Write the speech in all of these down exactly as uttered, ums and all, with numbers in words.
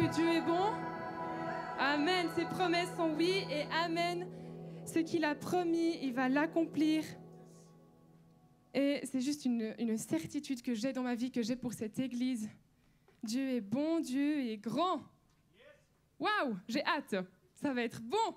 que Dieu est bon? Amen. Ses promesses sont oui et amen. Ce qu'il a promis, il va l'accomplir. Et c'est juste une, une certitude que j'ai dans ma vie, que j'ai pour cette Église. Dieu est bon, Dieu est grand. Waouh, j'ai hâte. Ça va être bon.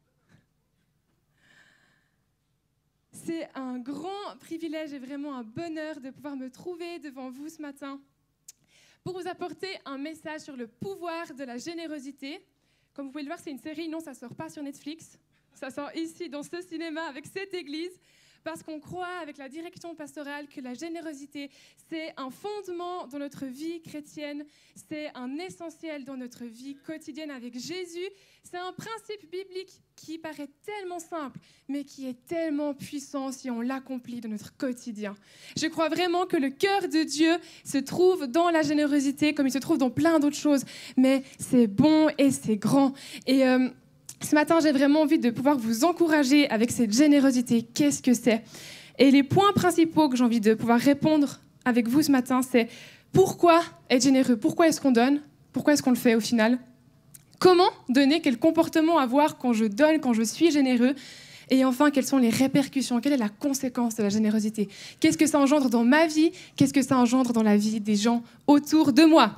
C'est un grand privilège et vraiment un bonheur de pouvoir me trouver devant vous ce matin pour vous apporter un message sur le pouvoir de la générosité. Comme vous pouvez le voir, c'est une série, non, ça ne sort pas sur Netflix. Ça sort ici, dans ce cinéma, avec cette église, parce qu'on croit, avec la direction pastorale, que la générosité, c'est un fondement dans notre vie chrétienne, c'est un essentiel dans notre vie quotidienne avec Jésus. C'est un principe biblique qui paraît tellement simple, mais qui est tellement puissant si on l'accomplit dans notre quotidien. Je crois vraiment que le cœur de Dieu se trouve dans la générosité, comme il se trouve dans plein d'autres choses, mais c'est bon et c'est grand. Et... Euh, Ce matin, j'ai vraiment envie de pouvoir vous encourager avec cette générosité. Qu'est-ce que c'est? Et les points principaux que j'ai envie de pouvoir répondre avec vous ce matin, c'est pourquoi être généreux? Pourquoi est-ce qu'on donne? Pourquoi est-ce qu'on le fait au final? Comment donner? Quel comportement avoir quand je donne, quand je suis généreux? Et enfin, quelles sont les répercussions? Quelle est la conséquence de la générosité? Qu'est-ce que ça engendre dans ma vie? Qu'est-ce que ça engendre dans la vie des gens autour de moi?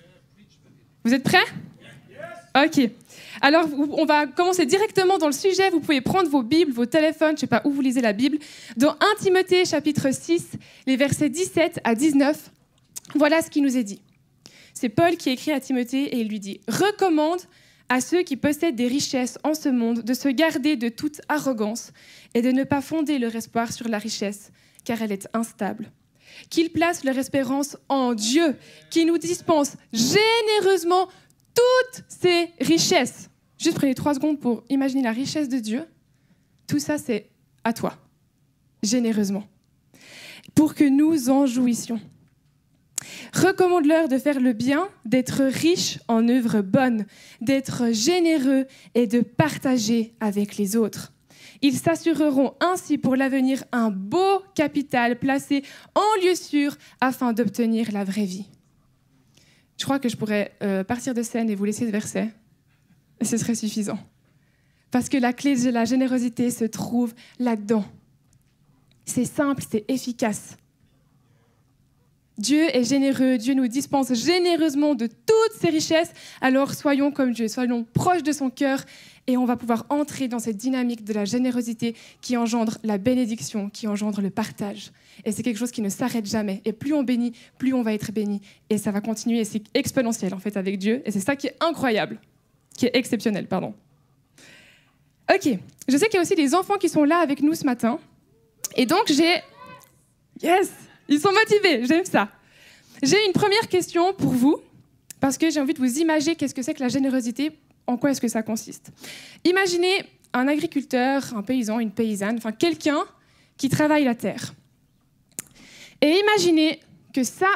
Vous êtes prêts? Ok. Alors, on va commencer directement dans le sujet. Vous pouvez prendre vos Bibles, vos téléphones, je ne sais pas où vous lisez la Bible. Dans Premier Timothée, chapitre six, les versets dix-sept à dix-neuf, voilà ce qui nous est dit. C'est Paul qui écrit à Timothée et il lui dit « Recommande à ceux qui possèdent des richesses en ce monde de se garder de toute arrogance et de ne pas fonder leur espoir sur la richesse, car elle est instable. Qu'ils placent leur espérance en Dieu, qui nous dispense généreusement toutes ces richesses. » Juste prenez trois secondes pour imaginer la richesse de Dieu. Tout ça, c'est à toi, généreusement, pour que nous en jouissions. Recommande-leur de faire le bien, d'être riches en œuvres bonnes, d'être généreux et de partager avec les autres. Ils s'assureront ainsi pour l'avenir un beau capital placé en lieu sûr afin d'obtenir la vraie vie. Je crois que je pourrais euh, partir de scène et vous laisser ce verset. Et ce serait suffisant. Parce que la clé de la générosité se trouve là-dedans. C'est simple, c'est efficace. Dieu est généreux, Dieu nous dispense généreusement de toutes ses richesses, alors soyons comme Dieu, soyons proches de son cœur et on va pouvoir entrer dans cette dynamique de la générosité qui engendre la bénédiction, qui engendre le partage. Et c'est quelque chose qui ne s'arrête jamais. Et plus on bénit, plus on va être béni. Et ça va continuer, et c'est exponentiel en fait avec Dieu. Et c'est ça qui est incroyable, qui est exceptionnel, pardon. Ok, je sais qu'il y a aussi des enfants qui sont là avec nous ce matin. Et donc j'ai... Yes! Ils sont motivés, j'aime ça. J'ai une première question pour vous, parce que j'ai envie de vous imaginer qu'est-ce que c'est que la générosité, en quoi est-ce que ça consiste. Imaginez un agriculteur, un paysan, une paysanne, enfin quelqu'un qui travaille la terre. Et imaginez que ça,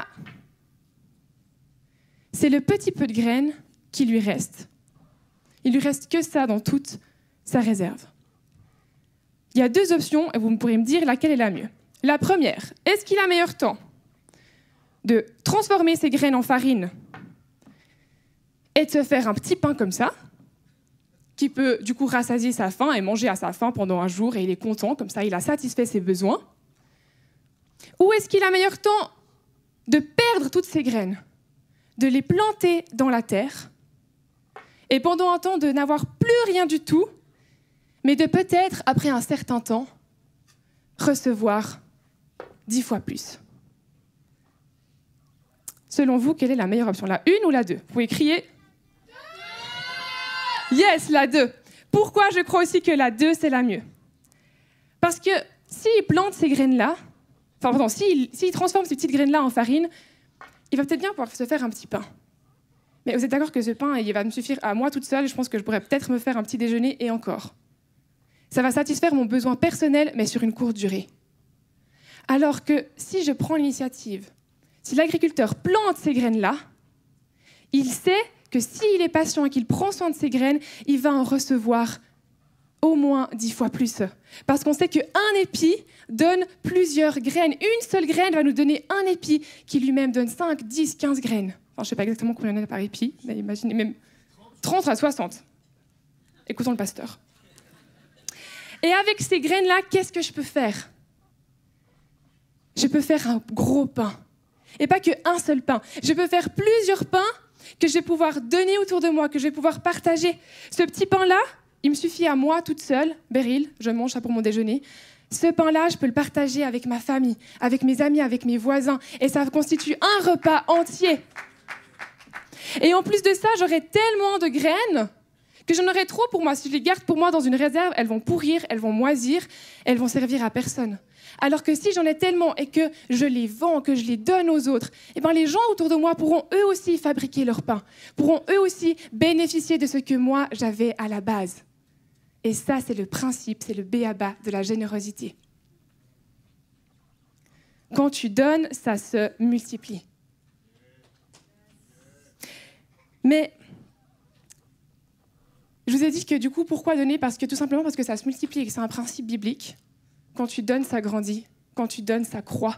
c'est le petit peu de graines qui lui reste. Il lui reste que ça dans toute sa réserve. Il y a deux options, et vous pourrez me dire laquelle est la mieux. La première, est-ce qu'il a meilleur temps de transformer ses graines en farine et de se faire un petit pain comme ça, qui peut du coup rassasier sa faim et manger à sa faim pendant un jour et il est content, comme ça il a satisfait ses besoins? Ou est-ce qu'il a meilleur temps de perdre toutes ces graines, de les planter dans la terre et pendant un temps de n'avoir plus rien du tout, mais de peut-être, après un certain temps, recevoir dix fois plus? Selon vous, quelle est la meilleure option? La une ou la deux? Vous pouvez crier. Yes, la deux. Pourquoi je crois aussi que la deux, c'est la mieux? Parce que s'il plante ces graines-là, enfin, pardon, s'il, s'il transforme ces petites graines-là en farine, il va peut-être bien pouvoir se faire un petit pain. Mais vous êtes d'accord que ce pain, il va me suffire à moi toute seule? Je pense que je pourrais peut-être me faire un petit déjeuner et encore. Ça va satisfaire mon besoin personnel, mais sur une courte durée. Alors que si je prends l'initiative, si l'agriculteur plante ces graines-là, il sait que s'il est patient et qu'il prend soin de ces graines, il va en recevoir au moins dix fois plus. Parce qu'on sait qu'un épi donne plusieurs graines. Une seule graine va nous donner un épi qui lui-même donne cinq, dix, quinze graines. Enfin, je ne sais pas exactement combien il y en a par épi, mais imaginez même trente à soixante. Écoutons le pasteur. Et avec ces graines-là, qu'est-ce que je peux faire? Je peux faire un gros pain. Et pas qu'un seul pain. Je peux faire plusieurs pains que je vais pouvoir donner autour de moi, que je vais pouvoir partager. Ce petit pain-là, il me suffit à moi toute seule, Beryl, je mange ça pour mon déjeuner. Ce pain-là, je peux le partager avec ma famille, avec mes amis, avec mes voisins. Et ça constitue un repas entier. Et en plus de ça, j'aurai tellement de graines que j'en aurai trop pour moi. Si je les garde pour moi dans une réserve, elles vont pourrir, elles vont moisir, elles vont servir à personne. Alors que si j'en ai tellement et que je les vends, que je les donne aux autres, eh ben les gens autour de moi pourront eux aussi fabriquer leur pain, pourront eux aussi bénéficier de ce que moi j'avais à la base. Et ça, c'est le principe, c'est le b.a.-ba de la générosité. Quand tu donnes, ça se multiplie. Mais je vous ai dit que du coup, pourquoi donner? Parce que tout simplement parce que ça se multiplie et que c'est un principe biblique. Quand tu donnes, ça grandit. Quand tu donnes, ça croît.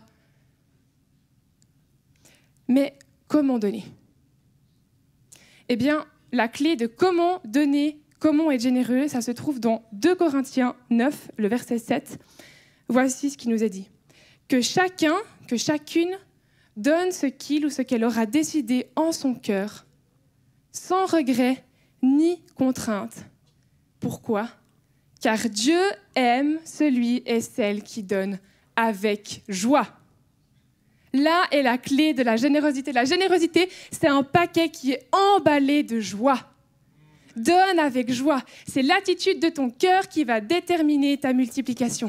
Mais comment donner? Eh bien, la clé de comment donner, comment être généreux, ça se trouve dans deux Corinthiens neuf, le verset sept. Voici ce qui nous est dit. Que chacun, que chacune donne ce qu'il ou ce qu'elle aura décidé en son cœur, sans regret ni contrainte. Pourquoi? Car Dieu aime celui et celle qui donne avec joie. Là est la clé de la générosité. La générosité, c'est un paquet qui est emballé de joie. Donne avec joie. C'est l'attitude de ton cœur qui va déterminer ta multiplication.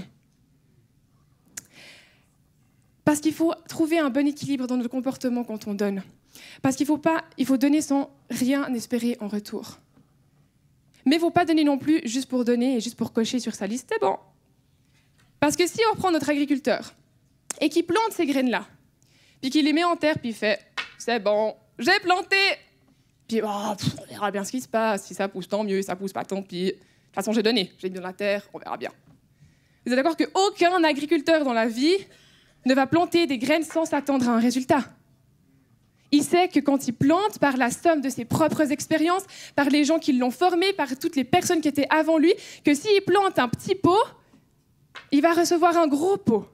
Parce qu'il faut trouver un bon équilibre dans notre comportement quand on donne. Parce qu'il faut pas, il faut donner sans rien espérer en retour. Mais il ne faut pas donner non plus juste pour donner et juste pour cocher sur sa liste, c'est bon. Parce que si on reprend notre agriculteur et qu'il plante ces graines-là, puis qu'il les met en terre, puis il fait « c'est bon, j'ai planté !» Puis oh, pff, on verra bien ce qui se passe, si ça pousse tant mieux, ça pousse pas tant pis. De toute façon, j'ai donné, j'ai mis dans la terre, on verra bien. Vous êtes d'accord qu'aucun agriculteur dans la vie ne va planter des graines sans s'attendre à un résultat. Il sait que quand il plante, par la somme de ses propres expériences, par les gens qui l'ont formé, par toutes les personnes qui étaient avant lui, que s'il plante un petit pot, il va recevoir un gros pot.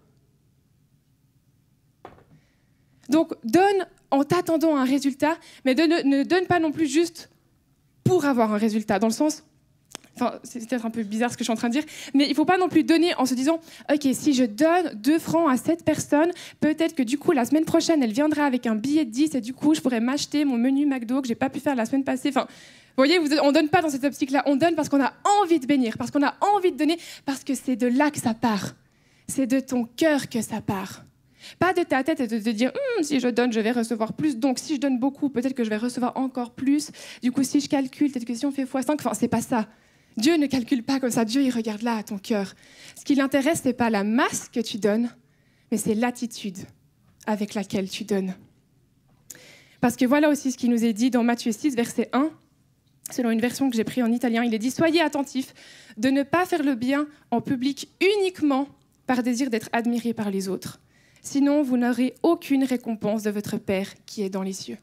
Donc, donne en t'attendant à un résultat, mais de, ne, ne donne pas non plus juste pour avoir un résultat, dans le sens... Enfin, c'est peut-être un peu bizarre ce que je suis en train de dire, mais il ne faut pas non plus donner en se disant « Ok, si je donne deux francs à cette personne, peut-être que du coup, la semaine prochaine, elle viendra avec un billet de dix et du coup, je pourrais m'acheter mon menu McDo que je n'ai pas pu faire la semaine passée. » Enfin, vous voyez, vous, on ne donne pas dans cette optique-là. On donne parce qu'on a envie de bénir, parce qu'on a envie de donner, parce que c'est de là que ça part. C'est de ton cœur que ça part. Pas de ta tête et de te dire hm, « Si je donne, je vais recevoir plus. Donc, si je donne beaucoup, peut-être que je vais recevoir encore plus. Du coup, si je calcule, peut-être que si on fait fois cinq, enfin, c'est pas ça. » Dieu ne calcule pas comme ça. Dieu, il regarde là à ton cœur. Ce qui l'intéresse, ce n'est pas la masse que tu donnes, mais c'est l'attitude avec laquelle tu donnes. Parce que voilà aussi ce qui nous est dit dans Matthieu six, verset un, selon une version que j'ai prise en italien. Il est dit « Soyez attentifs de ne pas faire le bien en public uniquement par désir d'être admiré par les autres. Sinon, vous n'aurez aucune récompense de votre Père qui est dans les cieux. »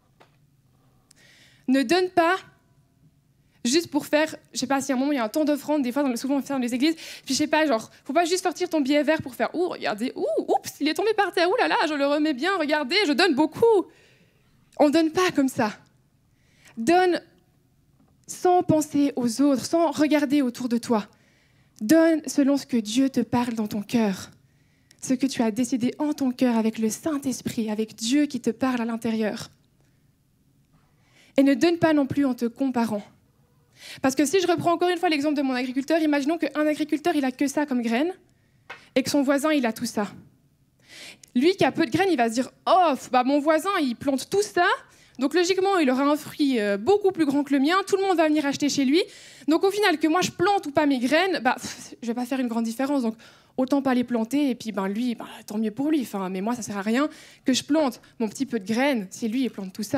Ne donne pas juste pour faire, je sais pas, si à un moment il y a un temps d'offrande, des fois, dans le, souvent on fait dans les églises, puis je sais pas, genre, faut pas juste sortir ton billet vert pour faire, ouh, regardez, ouh, oups, il est tombé par terre, ouh là là, je le remets bien, regardez, je donne beaucoup. On donne pas comme ça. Donne sans penser aux autres, sans regarder autour de toi. Donne selon ce que Dieu te parle dans ton cœur, ce que tu as décidé en ton cœur avec le Saint-Esprit, avec Dieu qui te parle à l'intérieur. Et ne donne pas non plus en te comparant. Parce que si je reprends encore une fois l'exemple de mon agriculteur, imaginons qu'un agriculteur, il a que ça comme graines et que son voisin, il a tout ça. Lui qui a peu de graines, il va se dire « Oh, bah, mon voisin, il plante tout ça, donc logiquement, il aura un fruit beaucoup plus grand que le mien, tout le monde va venir acheter chez lui. Donc au final, que moi je plante ou pas mes graines, bah, pff, je vais pas faire une grande différence, donc autant pas les planter, et puis ben, lui, ben, tant mieux pour lui, enfin, mais moi, ça sert à rien que je plante mon petit peu de graines si lui, il plante tout ça. »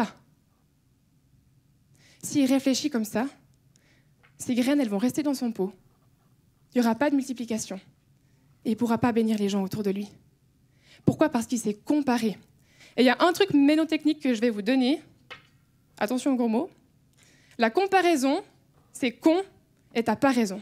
S'il réfléchit comme ça, ces graines, elles vont rester dans son pot. Il n'y aura pas de multiplication. Et il ne pourra pas bénir les gens autour de lui. Pourquoi ? Parce qu'il s'est comparé. Et il y a un truc mnémotechnique que je vais vous donner. Attention aux gros mots. La comparaison, c'est con et t'as pas raison.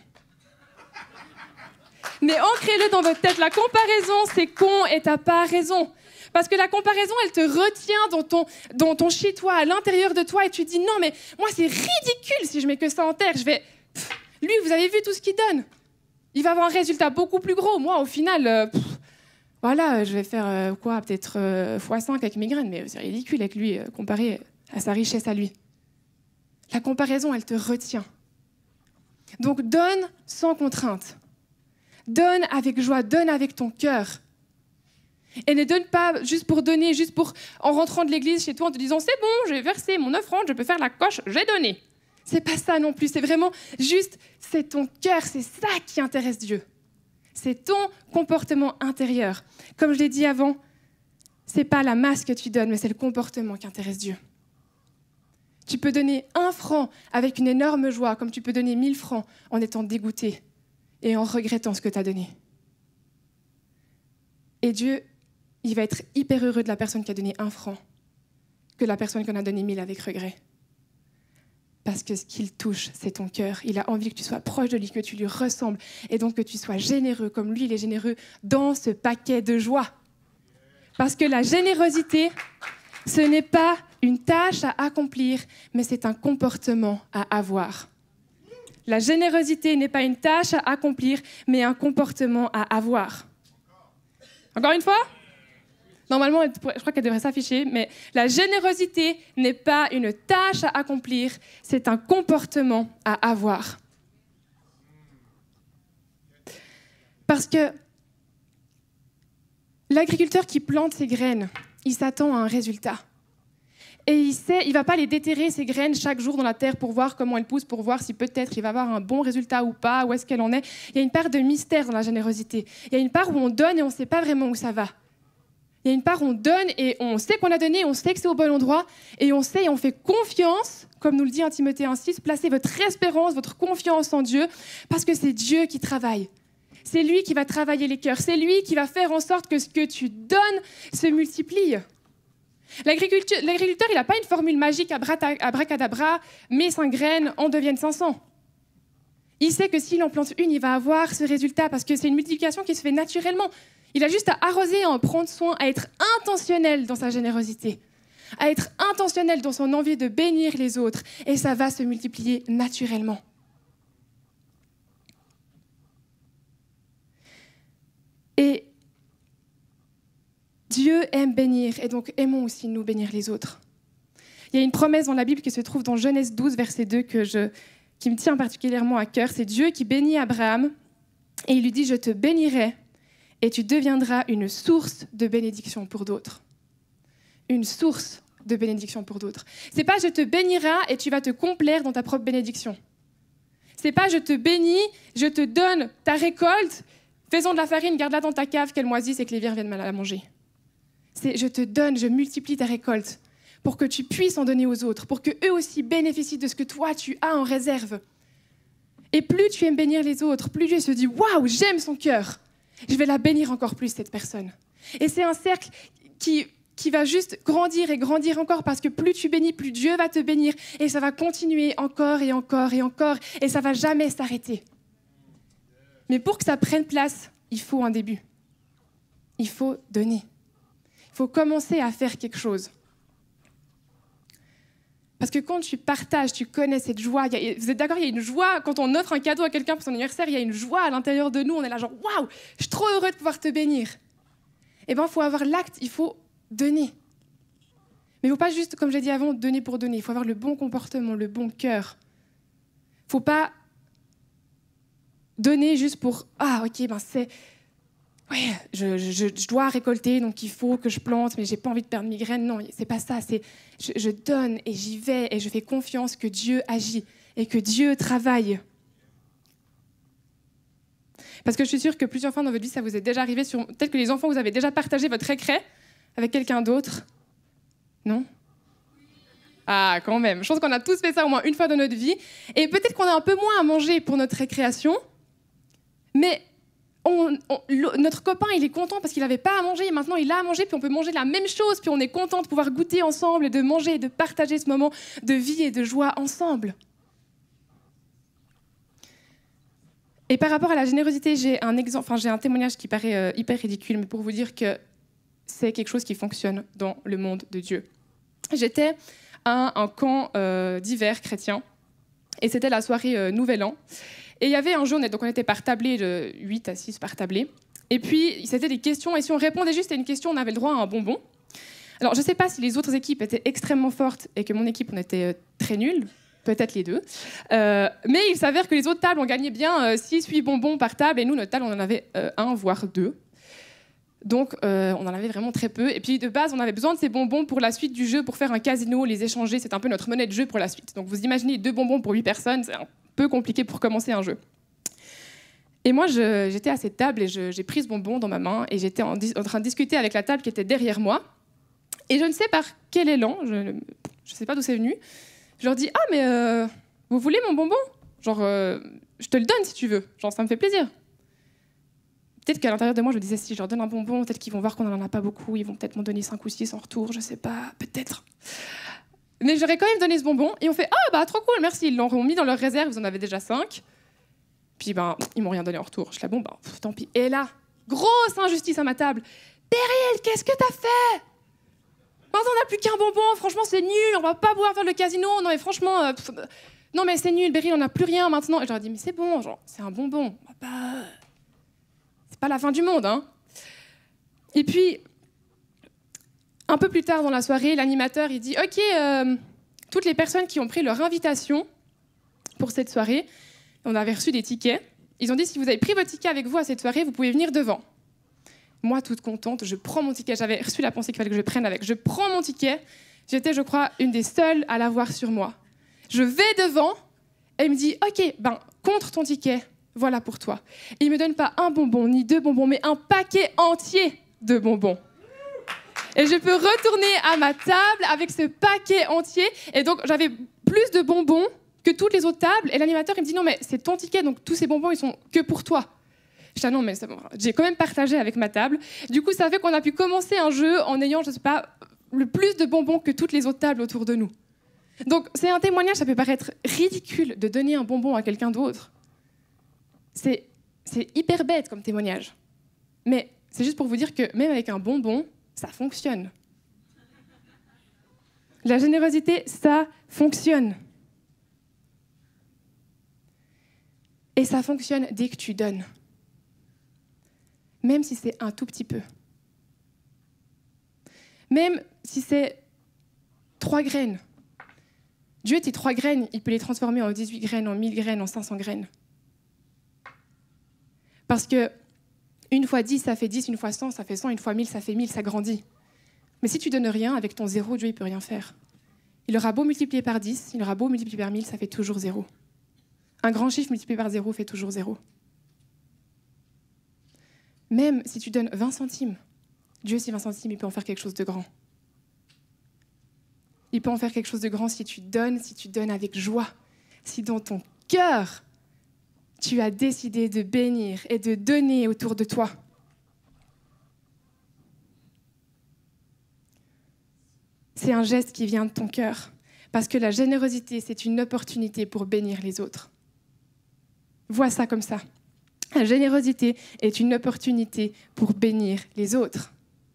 Mais ancrez-le dans votre tête. La comparaison, c'est con et t'as pas raison. Parce que la comparaison, elle te retient dans ton, dans ton chez-toi, à l'intérieur de toi, et tu te dis, non, mais moi, c'est ridicule si je mets que ça en terre. Je vais... Pff, lui, vous avez vu tout ce qu'il donne. Il va avoir un résultat beaucoup plus gros. Moi, au final, euh, pff, voilà, je vais faire euh, quoi, peut-être euh, fois cinq avec migraine, mais c'est ridicule avec lui, euh, comparé à sa richesse à lui. La comparaison, elle te retient. Donc, donne sans contrainte. Donne avec joie, donne avec ton cœur. Et ne donne pas juste pour donner, juste pour en rentrant de l'église chez toi en te disant « c'est bon, j'ai versé mon offrande, je peux faire la coche, j'ai donné ». C'est pas ça non plus, c'est vraiment juste, c'est ton cœur, c'est ça qui intéresse Dieu. C'est ton comportement intérieur. Comme je l'ai dit avant, c'est pas la masse que tu donnes, mais c'est le comportement qui intéresse Dieu. Tu peux donner un franc avec une énorme joie, comme tu peux donner mille francs en étant dégoûté et en regrettant ce que tu as donné. Et Dieu, il va être hyper heureux de la personne qui a donné un franc que la personne qui en a donné mille avec regret. Parce que ce qu'il touche, c'est ton cœur. Il a envie que tu sois proche de lui, que tu lui ressembles, et donc que tu sois généreux, comme lui, il est généreux dans ce paquet de joie. Parce que la générosité, ce n'est pas une tâche à accomplir, mais c'est un comportement à avoir. La générosité n'est pas une tâche à accomplir, mais un comportement à avoir. Encore une fois ? Normalement, je crois qu'elle devrait s'afficher, mais la générosité n'est pas une tâche à accomplir, c'est un comportement à avoir. Parce que l'agriculteur qui plante ses graines, il s'attend à un résultat. Et il sait, il ne va pas les déterrer, ces graines, chaque jour dans la terre pour voir comment elles poussent, pour voir si peut-être il va avoir un bon résultat ou pas, où est-ce qu'elle en est. Il y a une part de mystère dans la générosité. Il y a une part où on donne et on ne sait pas vraiment où ça va. Il y a une part où on donne et on sait qu'on a donné, on sait que c'est au bon endroit, et on sait et on fait confiance, comme nous le dit un Timothée un six, placez votre espérance, votre confiance en Dieu, parce que c'est Dieu qui travaille. C'est lui qui va travailler les cœurs, c'est lui qui va faire en sorte que ce que tu donnes se multiplie. L'agriculteur, l'agriculteur il n'a pas une formule magique abracadabra, mets cinq graines, en deviennent cinq cents. Il sait que s'il en plante une, il va avoir ce résultat, parce que c'est une multiplication qui se fait naturellement. Il a juste à arroser, à en prendre soin, à être intentionnel dans sa générosité, à être intentionnel dans son envie de bénir les autres, et ça va se multiplier naturellement. Et Dieu aime bénir, et donc aimons aussi nous bénir les autres. Il y a une promesse dans la Bible qui se trouve dans Genèse douze, verset deux, que je, qui me tient particulièrement à cœur. C'est Dieu qui bénit Abraham, et il lui dit « Je te bénirai, et tu deviendras une source de bénédiction pour d'autres. » Une source de bénédiction pour d'autres. C'est pas « je te bénirai et tu vas te complaire dans ta propre bénédiction ». C'est pas « je te bénis, je te donne ta récolte, faisons de la farine, garde-la dans ta cave, qu'elle moisisse et que les vers viennent mal à la manger ». C'est « je te donne, je multiplie ta récolte pour que tu puisses en donner aux autres, pour qu'eux aussi bénéficient de ce que toi tu as en réserve. » Et plus tu aimes bénir les autres, plus Dieu se dit « waouh, j'aime son cœur ». Je vais la bénir encore plus, cette personne. Et c'est un cercle qui, qui va juste grandir et grandir encore, parce que plus tu bénis, plus Dieu va te bénir. Et ça va continuer encore et encore et encore. Et ça ne va jamais s'arrêter. Mais pour que ça prenne place, il faut un début. Il faut donner. Il faut commencer à faire quelque chose. Parce que quand tu partages, tu connais cette joie. Il y a, vous êtes d'accord, il y a une joie. Quand on offre un cadeau à quelqu'un pour son anniversaire, il y a une joie à l'intérieur de nous. On est là genre, waouh, je suis trop heureux de pouvoir te bénir. Eh bien, il faut avoir l'acte, il faut donner. Mais il ne faut pas juste, comme j'ai dit avant, donner pour donner. Il faut avoir le bon comportement, le bon cœur. Il ne faut pas donner juste pour, ah, ok, ben c'est... Ouais, je, je, je dois récolter, donc il faut que je plante, mais j'ai pas envie de perdre mes graines. Non, c'est pas ça. C'est je, je donne et j'y vais et je fais confiance que Dieu agit et que Dieu travaille. Parce que je suis sûre que plusieurs fois dans votre vie, ça vous est déjà arrivé. Sur... Peut-être que les enfants, vous avez déjà partagé votre récré avec quelqu'un d'autre. Non ? Ah, quand même. Je pense qu'on a tous fait ça au moins une fois dans notre vie. Et peut-être qu'on a un peu moins à manger pour notre récréation, mais on, on, le, notre copain, il est content parce qu'il n'avait pas à manger, et maintenant il a à manger, puis on peut manger la même chose, puis on est content de pouvoir goûter ensemble, et de manger, et de partager ce moment de vie et de joie ensemble. Et par rapport à la générosité, j'ai un exemple, enfin j'ai un témoignage qui paraît euh, hyper ridicule, mais pour vous dire que c'est quelque chose qui fonctionne dans le monde de Dieu. J'étais à un camp euh, d'hiver chrétien, et c'était la soirée euh, Nouvel An. Et il y avait un jeu, donc on était par tablé, de huit à six par tablé. Et puis, c'était des questions, et si on répondait juste à une question, on avait le droit à un bonbon. Alors, je ne sais pas si les autres équipes étaient extrêmement fortes et que mon équipe, on était euh, très nuls. Peut-être les deux. Euh, mais il s'avère que les autres tables, on gagnait bien euh, six huit bonbons par table, et nous, notre table, on en avait euh, un, voire deux. Donc, euh, on en avait vraiment très peu. Et puis, de base, on avait besoin de ces bonbons pour la suite du jeu, pour faire un casino, les échanger. C'est un peu notre monnaie de jeu pour la suite. Donc, vous imaginez deux bonbons pour huit personnes, c'est un peu compliqué pour commencer un jeu. Et moi, je, j'étais à cette table, et je, j'ai pris ce bonbon dans ma main, et j'étais en, en train de discuter avec la table qui était derrière moi. Et je ne sais par quel élan, je ne sais pas d'où c'est venu, je leur dis « Ah, mais euh, vous voulez mon bonbon ? Genre, euh, je te le donne si tu veux. Genre, ça me fait plaisir. » Peut-être qu'à l'intérieur de moi, je me disais « Si je leur donne un bonbon, peut-être qu'ils vont voir qu'on n'en a pas beaucoup, ils vont peut-être m'en donner cinq ou six en retour, je sais pas, peut-être. » Mais j'aurais quand même donné ce bonbon, et on fait « Ah, bah, trop cool, merci. » Ils l'ont mis dans leur réserve, ils en avaient déjà cinq. Puis, ben, ils m'ont rien donné en retour. Je suis là « Bon, bah, pff, tant pis. » Et là, grosse injustice à ma table. « Beryl, qu'est-ce que t'as fait ? Maintenant, on n'a plus qu'un bonbon, franchement, c'est nul, on va pas pouvoir faire le casino. Non, mais franchement, euh, pff, non, mais c'est nul, Beryl, on n'a plus rien maintenant. » Et je leur ai dit, mais c'est bon, genre, c'est un bonbon. On va pas... C'est pas la fin du monde, hein. Et puis, un peu plus tard dans la soirée, l'animateur, il dit, OK, euh, toutes les personnes qui ont pris leur invitation pour cette soirée, on avait reçu des tickets. Ils ont dit, si vous avez pris votre ticket avec vous à cette soirée, vous pouvez venir devant. Moi, toute contente, je prends mon ticket. J'avais reçu la pensée qu'il fallait que je prenne avec. Je prends mon ticket. J'étais, je crois, une des seules à l'avoir sur moi. Je vais devant et il me dit « Ok, ben, contre ton ticket, voilà pour toi. » Et il ne me donne pas un bonbon, ni deux bonbons, mais un paquet entier de bonbons. Et je peux retourner à ma table avec ce paquet entier. Et donc, j'avais plus de bonbons que toutes les autres tables. Et l'animateur, il me dit « Non, mais c'est ton ticket, donc tous ces bonbons, ils sont que pour toi. » Je dis, ah non, mais c'est bon. J'ai quand même partagé avec ma table. Du coup, ça fait qu'on a pu commencer un jeu en ayant, je sais pas, le plus de bonbons que toutes les autres tables autour de nous. Donc, c'est un témoignage, ça peut paraître ridicule de donner un bonbon à quelqu'un d'autre. C'est, c'est hyper bête comme témoignage. Mais c'est juste pour vous dire que même avec un bonbon, ça fonctionne. La générosité, ça fonctionne. Et ça fonctionne dès que tu donnes. Même si c'est un tout petit peu. Même si c'est trois graines. Dieu, tes trois graines, il peut les transformer en dix-huit graines, en mille graines, en cinq cents graines. Parce que une fois dix, ça fait dix, une fois cent, ça fait cent, une fois mille, ça fait mille, ça grandit. Mais si tu donnes rien, avec ton zéro, Dieu, il ne peut rien faire. Il aura beau multiplier par dix, il aura beau multiplier par mille, ça fait toujours zéro. Un grand chiffre multiplié par zéro fait toujours zéro. Même si tu donnes vingt centimes, Dieu, c'est vingt centimes, il peut en faire quelque chose de grand. Il peut en faire quelque chose de grand si tu donnes, si tu donnes avec joie. Si dans ton cœur, tu as décidé de bénir et de donner autour de toi. C'est un geste qui vient de ton cœur. Parce que la générosité, c'est une opportunité pour bénir les autres. Vois ça comme ça. La générosité est une opportunité pour bénir les autres.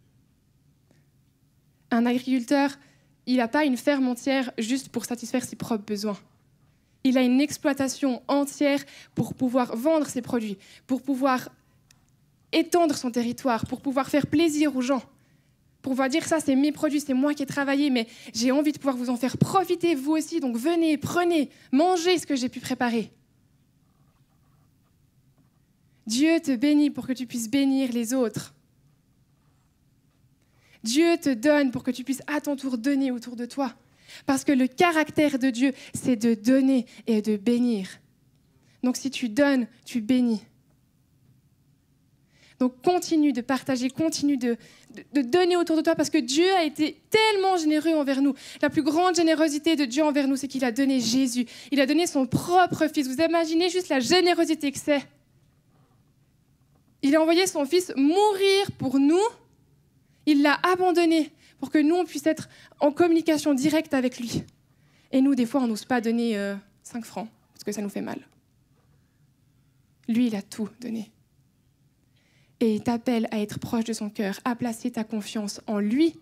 Un agriculteur, il n'a pas une ferme entière juste pour satisfaire ses propres besoins. Il a une exploitation entière pour pouvoir vendre ses produits, pour pouvoir étendre son territoire, pour pouvoir faire plaisir aux gens, pour pouvoir dire ça, c'est mes produits, c'est moi qui ai travaillé, mais j'ai envie de pouvoir vous en faire profiter, vous aussi, donc venez, prenez, mangez ce que j'ai pu préparer. Dieu te bénit pour que tu puisses bénir les autres. Dieu te donne pour que tu puisses à ton tour donner autour de toi. Parce que le caractère de Dieu, c'est de donner et de bénir. Donc si tu donnes, tu bénis. Donc continue de partager, continue de, de, de donner autour de toi parce que Dieu a été tellement généreux envers nous. La plus grande générosité de Dieu envers nous, c'est qu'il a donné Jésus. Il a donné son propre fils. Vous imaginez juste la générosité que c'est? Il a envoyé son Fils mourir pour nous. Il l'a abandonné pour que nous, on puisse être en communication directe avec lui. Et nous, des fois, on n'ose pas donner euh, cinq francs, parce que ça nous fait mal. Lui, il a tout donné. Et il t'appelle à être proche de son cœur, à placer ta confiance en lui.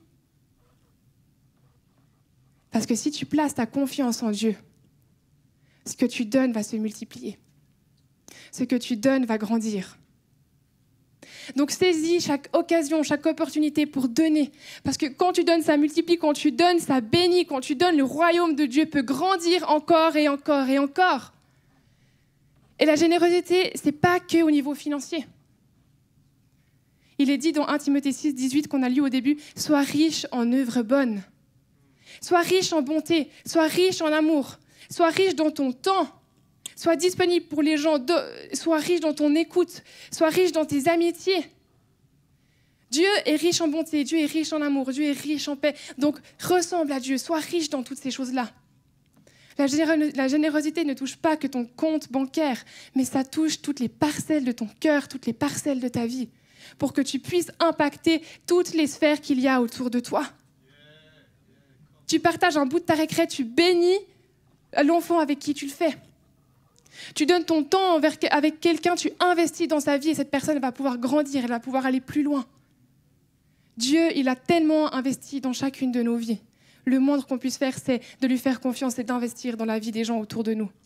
Parce que si tu places ta confiance en Dieu, ce que tu donnes va se multiplier. Ce que tu donnes va grandir. Donc saisis chaque occasion, chaque opportunité pour donner. Parce que quand tu donnes, ça multiplie. Quand tu donnes, ça bénit. Quand tu donnes, le royaume de Dieu peut grandir encore et encore et encore. Et la générosité, ce n'est pas qu'au niveau financier. Il est dit dans premier Timothée six, dix-huit qu'on a lu au début, « Sois riche en œuvres bonnes. Sois riche en bonté. Sois riche en amour. Sois riche dans ton temps. Sois disponible pour les gens. De... Sois riche dans ton écoute. Sois riche dans tes amitiés. » Dieu est riche en bonté. Dieu est riche en amour. Dieu est riche en paix. Donc, ressemble à Dieu. Sois riche dans toutes ces choses-là. La, généro- la générosité ne touche pas que ton compte bancaire, mais ça touche toutes les parcelles de ton cœur, toutes les parcelles de ta vie, pour que tu puisses impacter toutes les sphères qu'il y a autour de toi. Tu partages un bout de ta récré, tu bénis l'enfant avec qui tu le fais. Tu donnes ton temps envers, avec quelqu'un, tu investis dans sa vie et cette personne va pouvoir grandir, elle va pouvoir aller plus loin. Dieu, il a tellement investi dans chacune de nos vies. Le moindre qu'on puisse faire, c'est de lui faire confiance et d'investir dans la vie des gens autour de nous.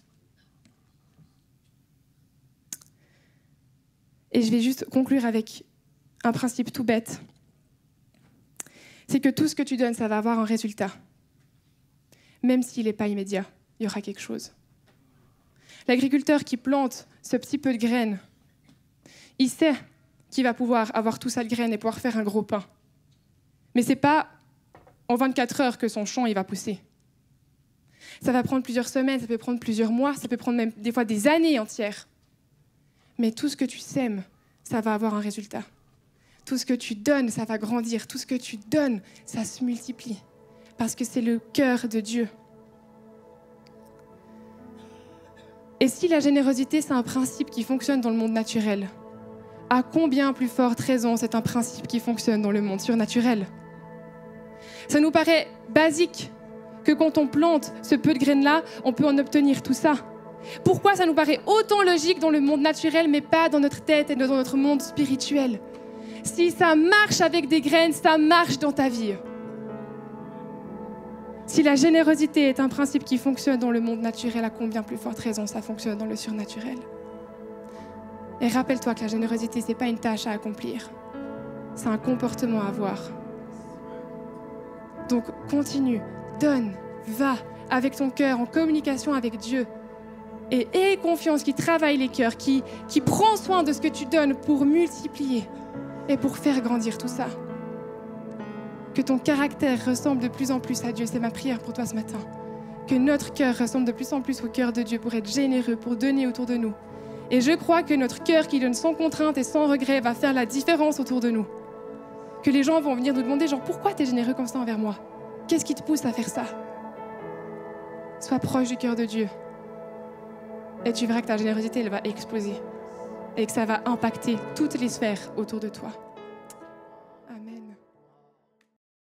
Et je vais juste conclure avec un principe tout bête. C'est que tout ce que tu donnes, ça va avoir un résultat. Même s'il n'est pas immédiat, il y aura quelque chose. L'agriculteur qui plante ce petit peu de graines, il sait qu'il va pouvoir avoir tout ça de graines et pouvoir faire un gros pain. Mais ce n'est pas en vingt-quatre heures que son champ il va pousser. Ça va prendre plusieurs semaines, ça peut prendre plusieurs mois, ça peut prendre même des fois des années entières. Mais tout ce que tu sèmes, ça va avoir un résultat. Tout ce que tu donnes, ça va grandir. Tout ce que tu donnes, ça se multiplie. Parce que c'est le cœur de Dieu. Et si la générosité, c'est un principe qui fonctionne dans le monde naturel, à combien plus forte raison c'est un principe qui fonctionne dans le monde surnaturel ? Ça nous paraît basique que quand on plante ce peu de graines-là, on peut en obtenir tout ça. Pourquoi ça nous paraît autant logique dans le monde naturel, mais pas dans notre tête et dans notre monde spirituel ? Si ça marche avec des graines, ça marche dans ta vie. Si la générosité est un principe qui fonctionne dans le monde naturel, à combien plus forte raison ça fonctionne dans le surnaturel ? Et rappelle-toi que la générosité, ce n'est pas une tâche à accomplir. C'est un comportement à avoir. Donc continue, donne, va avec ton cœur en communication avec Dieu. Et aie confiance qui travaille les cœurs, qui, qui prend soin de ce que tu donnes pour multiplier et pour faire grandir tout ça. Que ton caractère ressemble de plus en plus à Dieu. C'est ma prière pour toi ce matin. Que notre cœur ressemble de plus en plus au cœur de Dieu pour être généreux, pour donner autour de nous. Et je crois que notre cœur qui donne sans contrainte et sans regret va faire la différence autour de nous. Que les gens vont venir nous demander, genre, pourquoi tu es généreux comme ça envers moi ? Qu'est-ce qui te pousse à faire ça ? Sois proche du cœur de Dieu. Et tu verras que ta générosité, elle va exploser. Et que ça va impacter toutes les sphères autour de toi.